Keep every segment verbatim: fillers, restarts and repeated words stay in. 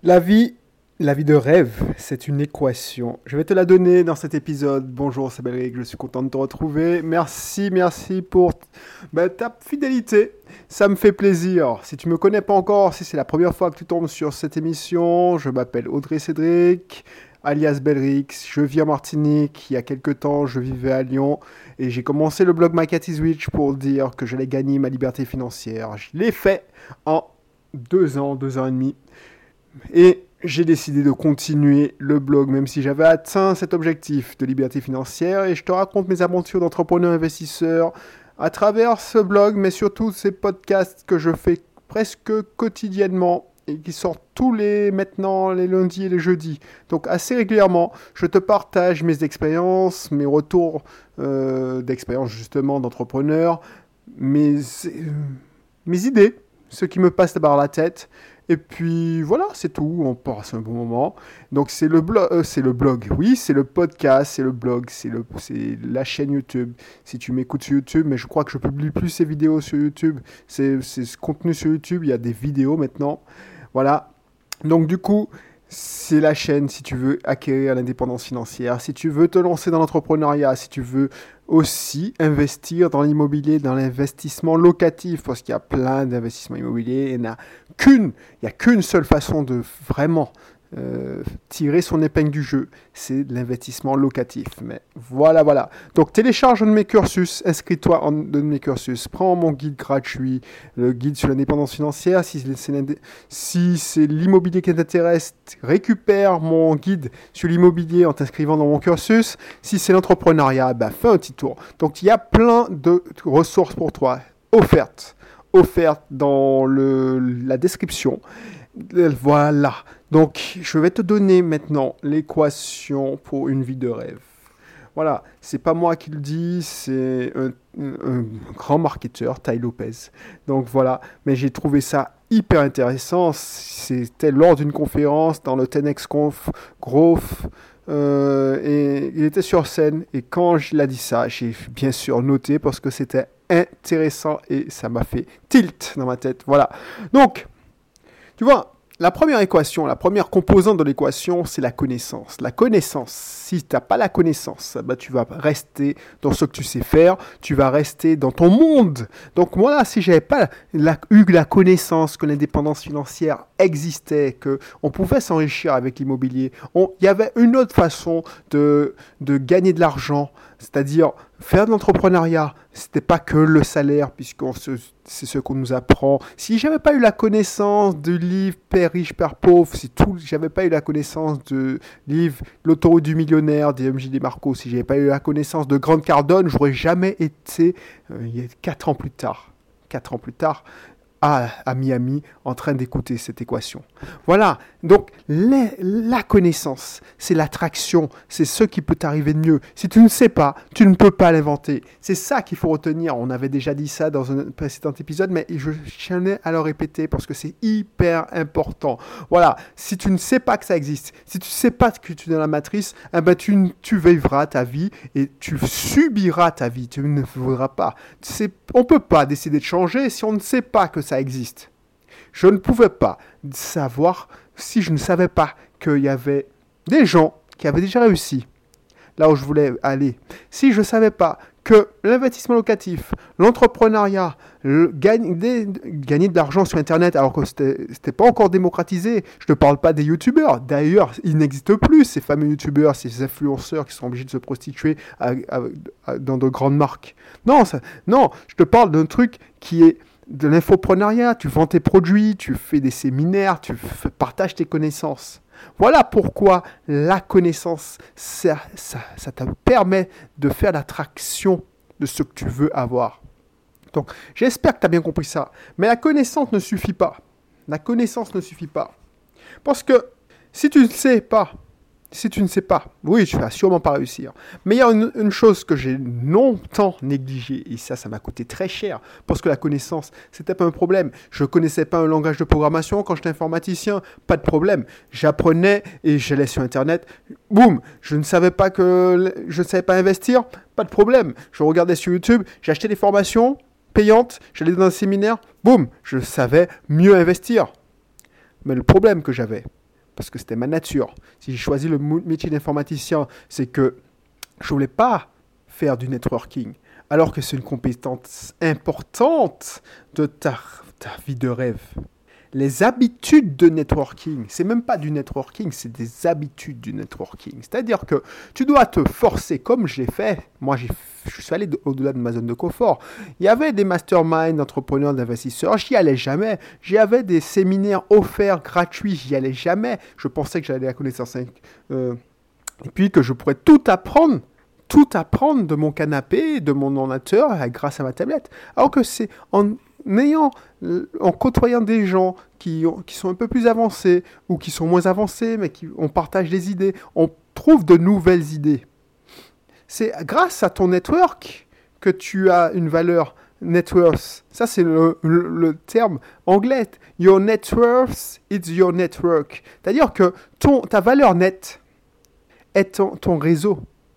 La vie, la vie de rêve, c'est une équation. Je vais te la donner dans cet épisode. Bonjour, c'est Belric, je suis content de te retrouver. Merci, merci pour ben, ta fidélité. Ça me fait plaisir. Si tu me connais pas encore, si c'est la première fois que tu tombes sur cette émission, je m'appelle Audrey Cédric, alias Belric. Je vis en Martinique. Il y a quelques temps, je vivais à Lyon et j'ai commencé le blog My Cat is Rich pour dire que j'allais gagner ma liberté financière. Je l'ai fait en deux ans, deux ans et demi. Et j'ai décidé de continuer le blog, même si j'avais atteint cet objectif de liberté financière. Et je te raconte mes aventures d'entrepreneur investisseur à travers ce blog, mais surtout ces podcasts que je fais presque quotidiennement et qui sortent tous les maintenant les lundis et les jeudis. Donc assez régulièrement, je te partage mes expériences, mes retours euh, d'expérience justement d'entrepreneur, mes, euh, mes idées, ce qui me passe par la tête. Et puis voilà, c'est tout, on passe un bon moment. Donc c'est le, blo- euh, c'est le blog, oui, c'est le podcast, c'est le blog, c'est, le, c'est la chaîne YouTube. Si tu m'écoutes sur YouTube, mais je crois que je publie plus ces vidéos sur YouTube, c'est, c'est ce contenu sur YouTube, il y a des vidéos maintenant. Voilà, donc du coup, c'est la chaîne si tu veux acquérir l'indépendance financière, si tu veux te lancer dans l'entrepreneuriat, si tu veux aussi investir dans l'immobilier, dans l'investissement locatif, parce qu'il y a plein d'investissements immobiliers, il n'y a qu'une, il n'y a qu'une seule façon de vraiment euh, tirer son épingle du jeu, c'est l'investissement locatif. Mais voilà, voilà. Donc télécharge un de mes cursus, inscris-toi en un de mes cursus, prends mon guide gratuit, le guide sur l'indépendance financière, si c'est, si c'est l'immobilier qui t'intéresse, récupère mon guide sur l'immobilier en t'inscrivant dans mon cursus. Si c'est l'entrepreneuriat, ben fais un petit tour. Donc il y a plein de ressources pour toi, offertes, offertes dans le, la description. Voilà. Donc, je vais te donner maintenant l'équation pour une vie de rêve. Voilà, c'est pas moi qui le dis, c'est un, un, un grand marketeur, Tai Lopez. Donc voilà, mais j'ai trouvé ça hyper intéressant. C'était lors d'une conférence dans le ten X Conf Growth. Euh, et il était sur scène. Et quand il a dit ça, j'ai bien sûr noté parce que c'était intéressant et ça m'a fait tilt dans ma tête. Voilà. Donc, tu vois, la première équation, la première composante de l'équation, c'est la connaissance. La connaissance, si tu n'as pas la connaissance, bah, tu vas rester dans ce que tu sais faire, tu vas rester dans ton monde. Donc moi, si je n'avais pas la, eu la connaissance que l'indépendance financière existait, qu'on pouvait s'enrichir avec l'immobilier, il y avait une autre façon de, de gagner de l'argent, c'est-à-dire faire de l'entrepreneuriat. C'était pas que le salaire, puisque c'est ce qu'on nous apprend. Si j'avais pas eu la connaissance du livre Père riche, Père pauvre, si tout, j'avais pas eu la connaissance du livre L'autoroute du millionnaire d'E M J DeMarco, si j'avais pas eu la connaissance de Grant Cardone, j'aurais jamais été, euh, il y a quatre ans plus tard, quatre ans plus tard, à, à Miami, en train d'écouter cette équation. Voilà, donc les, la connaissance, c'est l'attraction, c'est ce qui peut t'arriver de mieux. Si tu ne sais pas, tu ne peux pas l'inventer. C'est ça qu'il faut retenir. On avait déjà dit ça dans un précédent épisode, mais je tenais à le répéter parce que c'est hyper important. Voilà, si tu ne sais pas que ça existe, si tu ne sais pas que tu es dans la matrice, eh ben tu, tu vivras ta vie et tu subiras ta vie. Tu ne voudras pas. C'est, on ne peut pas décider de changer si on ne sait pas que ça existe. Je ne pouvais pas savoir si je ne savais pas qu'il y avait des gens qui avaient déjà réussi là où je voulais aller. Si je ne savais pas que l'investissement locatif, l'entrepreneuriat, le, gagne, des, gagner de l'argent sur Internet alors que ce n'était pas encore démocratisé, je ne parle pas des youtubeurs. D'ailleurs, il n'existe plus ces fameux youtubeurs, ces influenceurs qui sont obligés de se prostituer à, à, à, dans de grandes marques. Non, ça, non, je te parle d'un truc qui est de l'infopreneuriat, tu vends tes produits, tu fais des séminaires, tu f- partages tes connaissances. Voilà pourquoi la connaissance, ça, ça, ça te permet de faire l'attraction de ce que tu veux avoir. Donc, j'espère que tu as bien compris ça. Mais la connaissance ne suffit pas. La connaissance ne suffit pas. Parce que si tu ne sais pas, si tu ne sais pas, oui, tu vas sûrement pas réussir. Mais il y a une, une chose que j'ai longtemps négligée, et ça, ça m'a coûté très cher, parce que la connaissance, c'était pas un problème. Je connaissais pas un langage de programmation quand j'étais informaticien, pas de problème. J'apprenais et j'allais sur Internet, boum, je ne savais pas que, je ne savais pas investir, pas de problème. Je regardais sur YouTube, j'achetais des formations payantes, j'allais dans un séminaire, boum, je savais mieux investir. Mais le problème que j'avais, parce que c'était ma nature. Si j'ai choisi le métier d'informaticien, c'est que je ne voulais pas faire du networking, alors que c'est une compétence importante de ta, ta vie de rêve. Les habitudes de networking, c'est même pas du networking, c'est des habitudes du networking. C'est-à-dire que tu dois te forcer, comme je l'ai fait. Moi, j'ai, je suis allé au-delà de ma zone de confort. Il y avait des masterminds d'entrepreneurs, d'investisseurs, j'y allais jamais. J'y avais des séminaires offerts, gratuits, j'y allais jamais. Je pensais que j'allais à la connaissance euh, et puis que je pourrais tout apprendre, tout apprendre de mon canapé, de mon ordinateur, grâce à ma tablette. Alors que c'est en En ayant, en côtoyant des gens qui, ont, qui sont un peu plus avancés ou qui sont moins avancés, mais qui, on partage des idées, on trouve de nouvelles idées. C'est grâce à ton network que tu as une valeur net worth. Ça, c'est le, le, le terme anglais. Your net worth is your network. C'est-à-dire que ton, ta valeur nette est ton, ton réseau.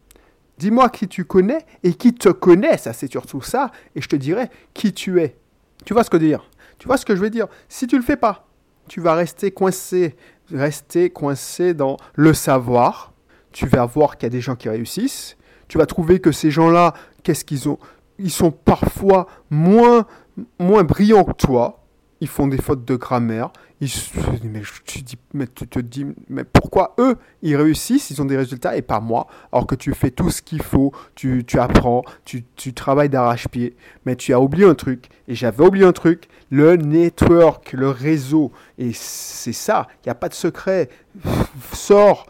Dis-moi qui tu connais et qui te connaît, ça c'est surtout ça, et je te dirai qui tu es. Tu vois ce que je veux dire ? Tu vois ce que je veux dire ? Si tu ne le fais pas, tu vas rester coincé, rester coincé dans le savoir. Tu vas voir qu'il y a des gens qui réussissent. Tu vas trouver que ces gens-là, qu'est-ce qu'ils ont ? Ils sont parfois moins, moins brillants que toi. Ils font des fautes de grammaire. Ils, mais, tu dis, mais tu te dis, mais pourquoi eux, ils réussissent, ils ont des résultats et pas moi ? Alors que tu fais tout ce qu'il faut, tu, tu apprends, tu, tu travailles d'arrache-pied. Mais tu as oublié un truc. Et j'avais oublié un truc, le network, le réseau. Et c'est ça, il n'y a pas de secret. Sors,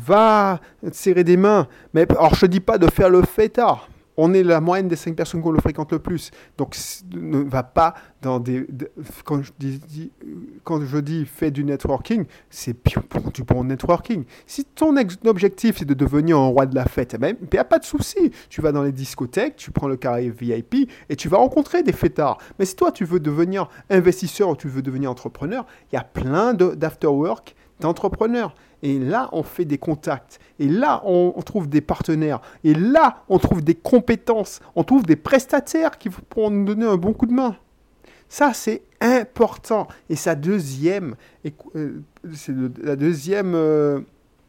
va te serrer des mains. Mais alors je ne te dis pas de faire le fêtard. On est la moyenne des cinq personnes qu'on le fréquente le plus. Donc, ne va pas dans des... De, quand, je dis, quand je dis fais du networking, c'est pour du bon networking. Si ton ex- objectif, c'est de devenir un roi de la fête, il n'y a pas de souci. Tu vas dans les discothèques, tu prends le carré V I P et tu vas rencontrer des fêtards. Mais si toi, tu veux devenir investisseur ou tu veux devenir entrepreneur, il y a plein de, d'afterwork d'entrepreneurs. Et là, on fait des contacts. Et là, on, on trouve des partenaires. Et là, on trouve des compétences. On trouve des prestataires qui pourront nous donner un bon coup de main. Ça, c'est important. Et sa deuxième, euh, c'est le, la deuxième euh,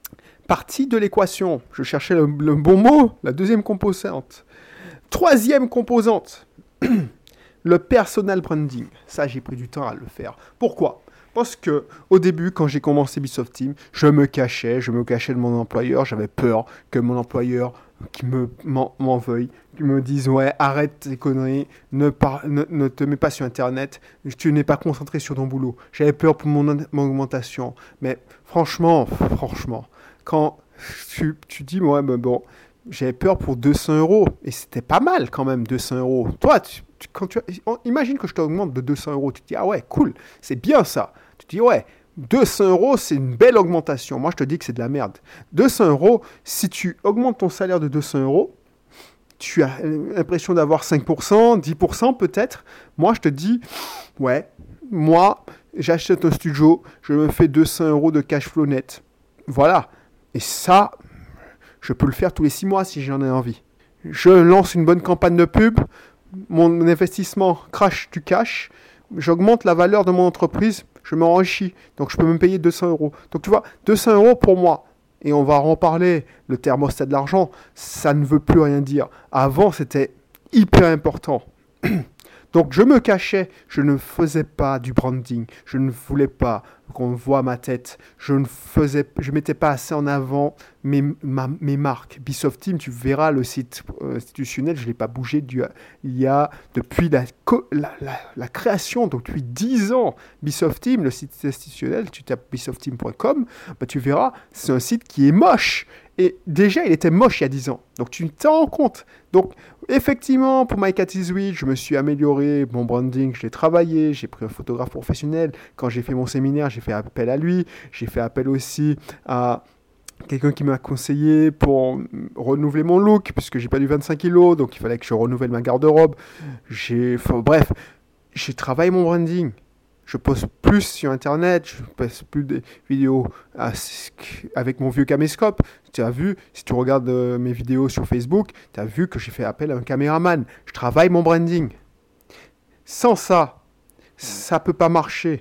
partie de l'équation. Je cherchais le, le bon mot. La deuxième composante. Troisième composante. Le personal branding. Ça, j'ai pris du temps à le faire. Pourquoi ? Parce que au début, quand j'ai commencé Ubisoft Team, je me cachais, je me cachais de mon employeur. J'avais peur que mon employeur qui me m'en, m'en veuille, qui me dise ouais, arrête tes conneries, ne, par, ne, ne te mets pas sur Internet, tu n'es pas concentré sur ton boulot. J'avais peur pour mon, mon augmentation. Mais franchement, franchement, quand tu, tu dis ouais, ben bon, j'avais peur pour deux cents euros et c'était pas mal quand même deux cents euros. Toi, tu, tu, quand tu, imagine que je t'augmente de deux cents euros, tu te dis ah ouais, cool, c'est bien ça. Tu te dis, ouais, deux cents euros, c'est une belle augmentation. Moi, je te dis que c'est de la merde. deux cents euros, si tu augmentes ton salaire de deux cents euros, tu as l'impression d'avoir cinq pour cent, dix pour cent peut-être. Moi, je te dis, ouais, moi, j'achète un studio, je me fais deux cents euros de cash flow net. Voilà. Et ça, je peux le faire tous les six mois si j'en ai envie. Je lance une bonne campagne de pub, mon investissement crash du cash, j'augmente la valeur de mon entreprise, je m'enrichis. Donc, je peux me payer deux cents euros. Donc, tu vois, deux cents euros pour moi. Et on va en parler. Le thermostat de l'argent, ça ne veut plus rien dire. Avant, c'était hyper important. Donc, je me cachais. Je ne faisais pas du branding. Je ne voulais pas qu'on voit ma tête. Je ne faisais, je mettais pas assez en avant mes, ma, mes marques. Ubisoft Team, tu verras le site institutionnel, je ne l'ai pas bougé du, il y a depuis la, la, la, la création, donc depuis dix ans. Ubisoft Team, le site institutionnel, tu tapes ubisoft team point com, bah, tu verras, c'est un site qui est moche. Et déjà, il était moche il y a dix ans. Donc, tu t'en rends compte. Donc, effectivement, pour My Cat Is Weed, je me suis amélioré. Mon branding, je l'ai travaillé. J'ai pris un photographe professionnel. Quand j'ai fait mon séminaire, j'ai fait appel à lui. J'ai fait appel aussi à quelqu'un qui m'a conseillé pour renouveler mon look, puisque j'ai perdu vingt-cinq kilos. Donc, il fallait que je renouvelle ma garde-robe. J'ai... Enfin, bref, j'ai travaillé mon branding. Je poste plus sur Internet, je poste plus des vidéos avec mon vieux caméscope. Tu as vu, si tu regardes mes vidéos sur Facebook, tu as vu que j'ai fait appel à un caméraman. Je travaille mon branding. Sans ça, ça ne peut pas marcher.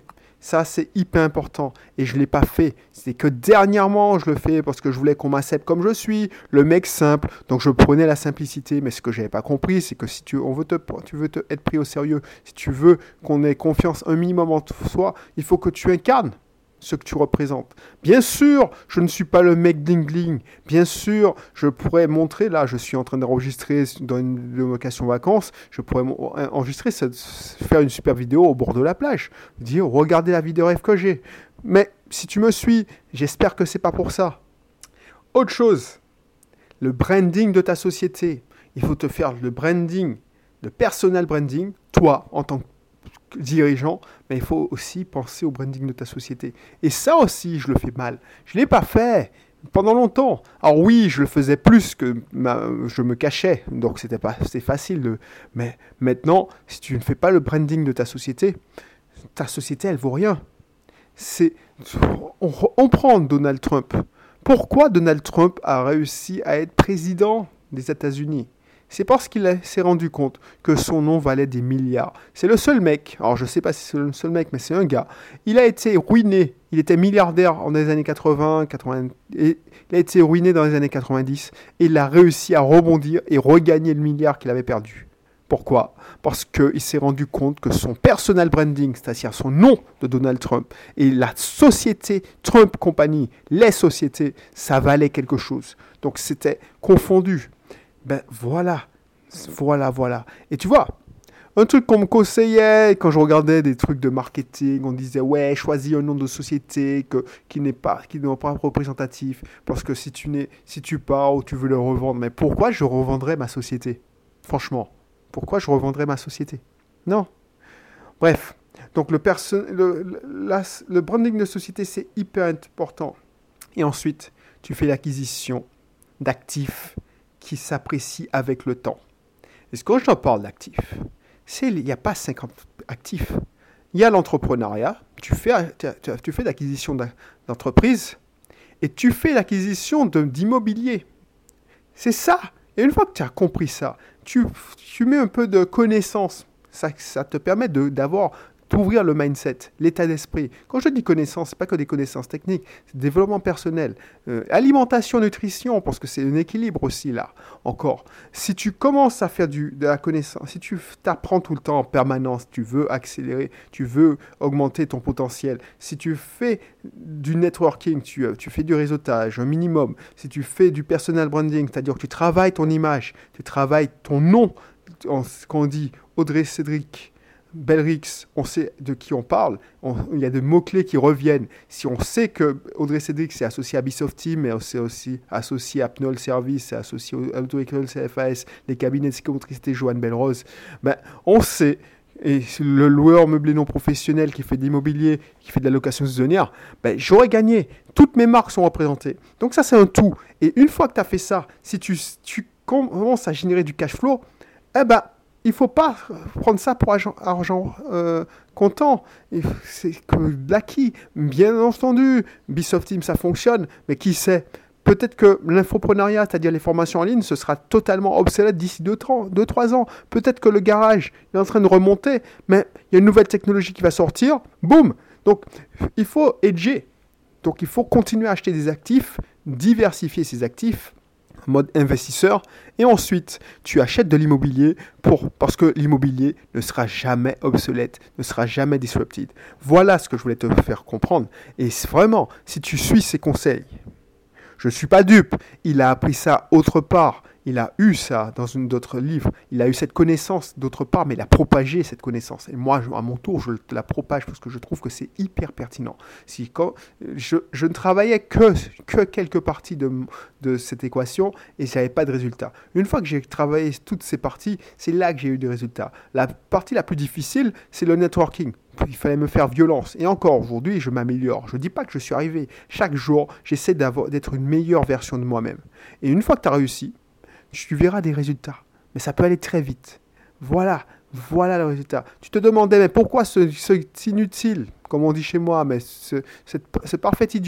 Ça, c'est hyper important. Et je ne l'ai pas fait. C'est que dernièrement, je le fais parce que je voulais qu'on m'accepte comme je suis. Le mec simple. Donc, je prenais la simplicité. Mais ce que je n'avais pas compris, c'est que si tu, on veut te, tu veux te, être pris au sérieux, si tu veux qu'on ait confiance un minimum en soi, il faut que tu incarnes ce que tu représentes. Bien sûr, je ne suis pas le mec bling-bling. Bien sûr, je pourrais montrer, là, je suis en train d'enregistrer dans une location vacances, je pourrais enregistrer, faire une super vidéo au bord de la plage. Dire, regardez la vie de rêve que j'ai. Mais si tu me suis, j'espère que c'est pas pour ça. Autre chose, le branding de ta société. Il faut te faire le branding, le personal branding, toi, en tant que dirigeant, mais il faut aussi penser au branding de ta société. Et ça aussi, je le fais mal. Je ne l'ai pas fait pendant longtemps. Alors oui, je le faisais plus que ma, je me cachais, donc c'était pas, c'était facile. De, mais maintenant, si tu ne fais pas le branding de ta société, ta société, elle vaut rien. C'est, on, on prend Donald Trump. Pourquoi Donald Trump a réussi à être président des États-Unis ? C'est parce qu'il s'est rendu compte que son nom valait des milliards. C'est le seul mec, alors je ne sais pas si c'est le seul mec, mais c'est un gars. Il a été ruiné, il était milliardaire dans les années quatre-vingts, quatre-vingts, et il a été ruiné dans les années quatre-vingt-dix, et il a réussi à rebondir et regagner le milliard qu'il avait perdu. Pourquoi ? Parce qu'il s'est rendu compte que son personal branding, c'est-à-dire son nom de Donald Trump, et la société Trump Company, les sociétés, ça valait quelque chose. Donc c'était confondu. Ben voilà, voilà, voilà. Et tu vois, un truc qu'on me conseillait quand je regardais des trucs de marketing, on disait ouais, choisis un nom de société que, qui n'est pas, qui n'est pas représentatif, parce que si tu n'es, si tu pars ou tu veux le revendre, mais pourquoi je revendrais ma société ? Franchement, pourquoi je revendrais ma société ? Non. Bref, donc le, perso- le, le, la, le branding de société, c'est hyper important. Et ensuite, tu fais l'acquisition d'actifs qui s'apprécie avec le temps. Et quand je parle d'actifs, c'est, il n'y a pas cinquante actifs. Il y a l'entrepreneuriat, tu fais, tu fais l'acquisition d'entreprise et tu fais l'acquisition de, d'immobilier. C'est ça. Et une fois que tu as compris ça, tu, tu mets un peu de connaissance. Ça, ça te permet de, d'avoir... d'ouvrir le mindset, l'état d'esprit. Quand je dis connaissance, ce n'est pas que des connaissances techniques, c'est développement personnel, euh, alimentation, nutrition, parce que c'est un équilibre aussi là, encore. Si tu commences à faire du, de la connaissance, si tu t'apprends tout le temps en permanence, tu veux accélérer, tu veux augmenter ton potentiel, si tu fais du networking, tu, tu fais du réseautage, un minimum, si tu fais du personal branding, c'est-à-dire que tu travailles ton image, tu travailles ton nom, en, quand on dit Audrey Cédric, Belrix, on sait de qui on parle, on, il y a des mots-clés qui reviennent. Si on sait que Audrey Cédric c'est associé à Ubisoft Team, mais c'est aussi associé à Pnol Service, c'est associé à Auto-École C F A S, les cabinets de psychomotricité Joanne Belrose, ben, on sait, et le loueur meublé non professionnel qui fait de l'immobilier, qui fait de la location saisonnière, ben, j'aurais gagné. Toutes mes marques sont représentées. Donc ça, c'est un tout. Et une fois que tu as fait ça, si tu, tu commences à générer du cash flow, eh ben, il ne faut pas prendre ça pour argent, argent euh, comptant. C'est que l'acquis. Bien entendu, Ubisoft Team, ça fonctionne, mais qui sait ? Peut-être que l'infoprenariat, c'est-à-dire les formations en ligne, ce sera totalement obsolète d'ici deux trois ans. Peut-être que le garage est en train de remonter, mais il y a une nouvelle technologie qui va sortir. Boum ! Donc, il faut hedger. Donc, il faut continuer à acheter des actifs, diversifier ses actifs, mode investisseur, et ensuite tu achètes de l'immobilier pour, parce que l'immobilier ne sera jamais obsolète, ne sera jamais disrupted. Voilà ce que je voulais te faire comprendre. Et vraiment, si tu suis ces conseils, je ne suis pas dupe, il a appris ça autre part, il a eu ça dans une d'autres livres, il a eu cette connaissance d'autre part, mais il a propagé cette connaissance. Et moi, à mon tour, je la propage parce que je trouve que c'est hyper pertinent. Si quand je, je ne travaillais que, que quelques parties de, de cette équation et je n'avais pas de résultats. Une fois que j'ai travaillé toutes ces parties, c'est là que j'ai eu des résultats. La partie la plus difficile, c'est le networking. Il fallait me faire violence. Et encore aujourd'hui, je m'améliore. Je ne dis pas que je suis arrivé. Chaque jour, j'essaie d'être une meilleure version de moi-même. Et une fois que tu as réussi, tu verras des résultats. Mais ça peut aller très vite. Voilà, voilà le résultat. Tu te demandais, mais pourquoi ce, ce inutile, comme on dit chez moi, mais ce, ce, ce parfait idiot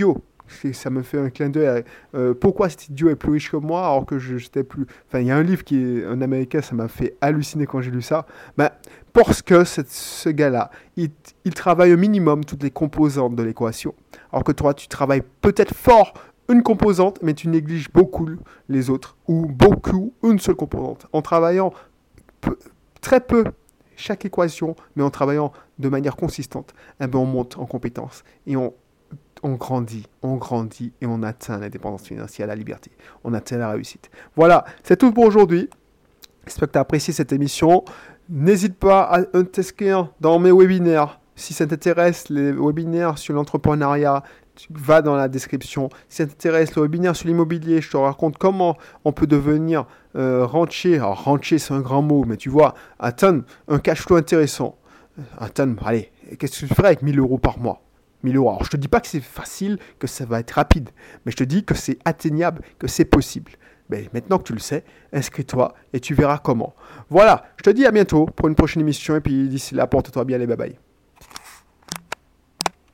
C'est- Ça me fait un clin d'œil à euh, pourquoi cet idiot est plus riche que moi alors que je j'étais plus. Enfin, il y a un livre qui est un américain, ça m'a fait halluciner quand j'ai lu ça. Ben, parce que cette- ce gars-là, il, il travaille au minimum toutes les composantes de l'équation. Alors que toi, tu travailles peut-être fort une composante, mais tu négliges beaucoup les autres, ou beaucoup une seule composante. En travaillant peu- très peu chaque équation, mais en travaillant de manière consistante, eh ben on monte en compétences et on, on grandit, on grandit et on atteint l'indépendance financière, la liberté. On atteint la réussite. Voilà, c'est tout pour aujourd'hui. J'espère que tu as apprécié cette émission. N'hésite pas à t'inscrire dans mes webinaires. Si ça t'intéresse, les webinaires sur l'entrepreneuriat, tu vas dans la description. Si ça t'intéresse, le webinaire sur l'immobilier, je te raconte comment on peut devenir euh, rentier. Alors, rentier, c'est un grand mot, mais tu vois, atteindre un cash flow intéressant. Atteindre, allez, qu'est-ce que tu ferais avec mille euros par mois? mille euros. Alors, je te dis pas que c'est facile, que ça va être rapide, mais je te dis que c'est atteignable, que c'est possible. Ben, maintenant que tu le sais, inscris-toi et tu verras comment. Voilà, je te dis à bientôt pour une prochaine émission et puis d'ici là, porte-toi bien les bye bye.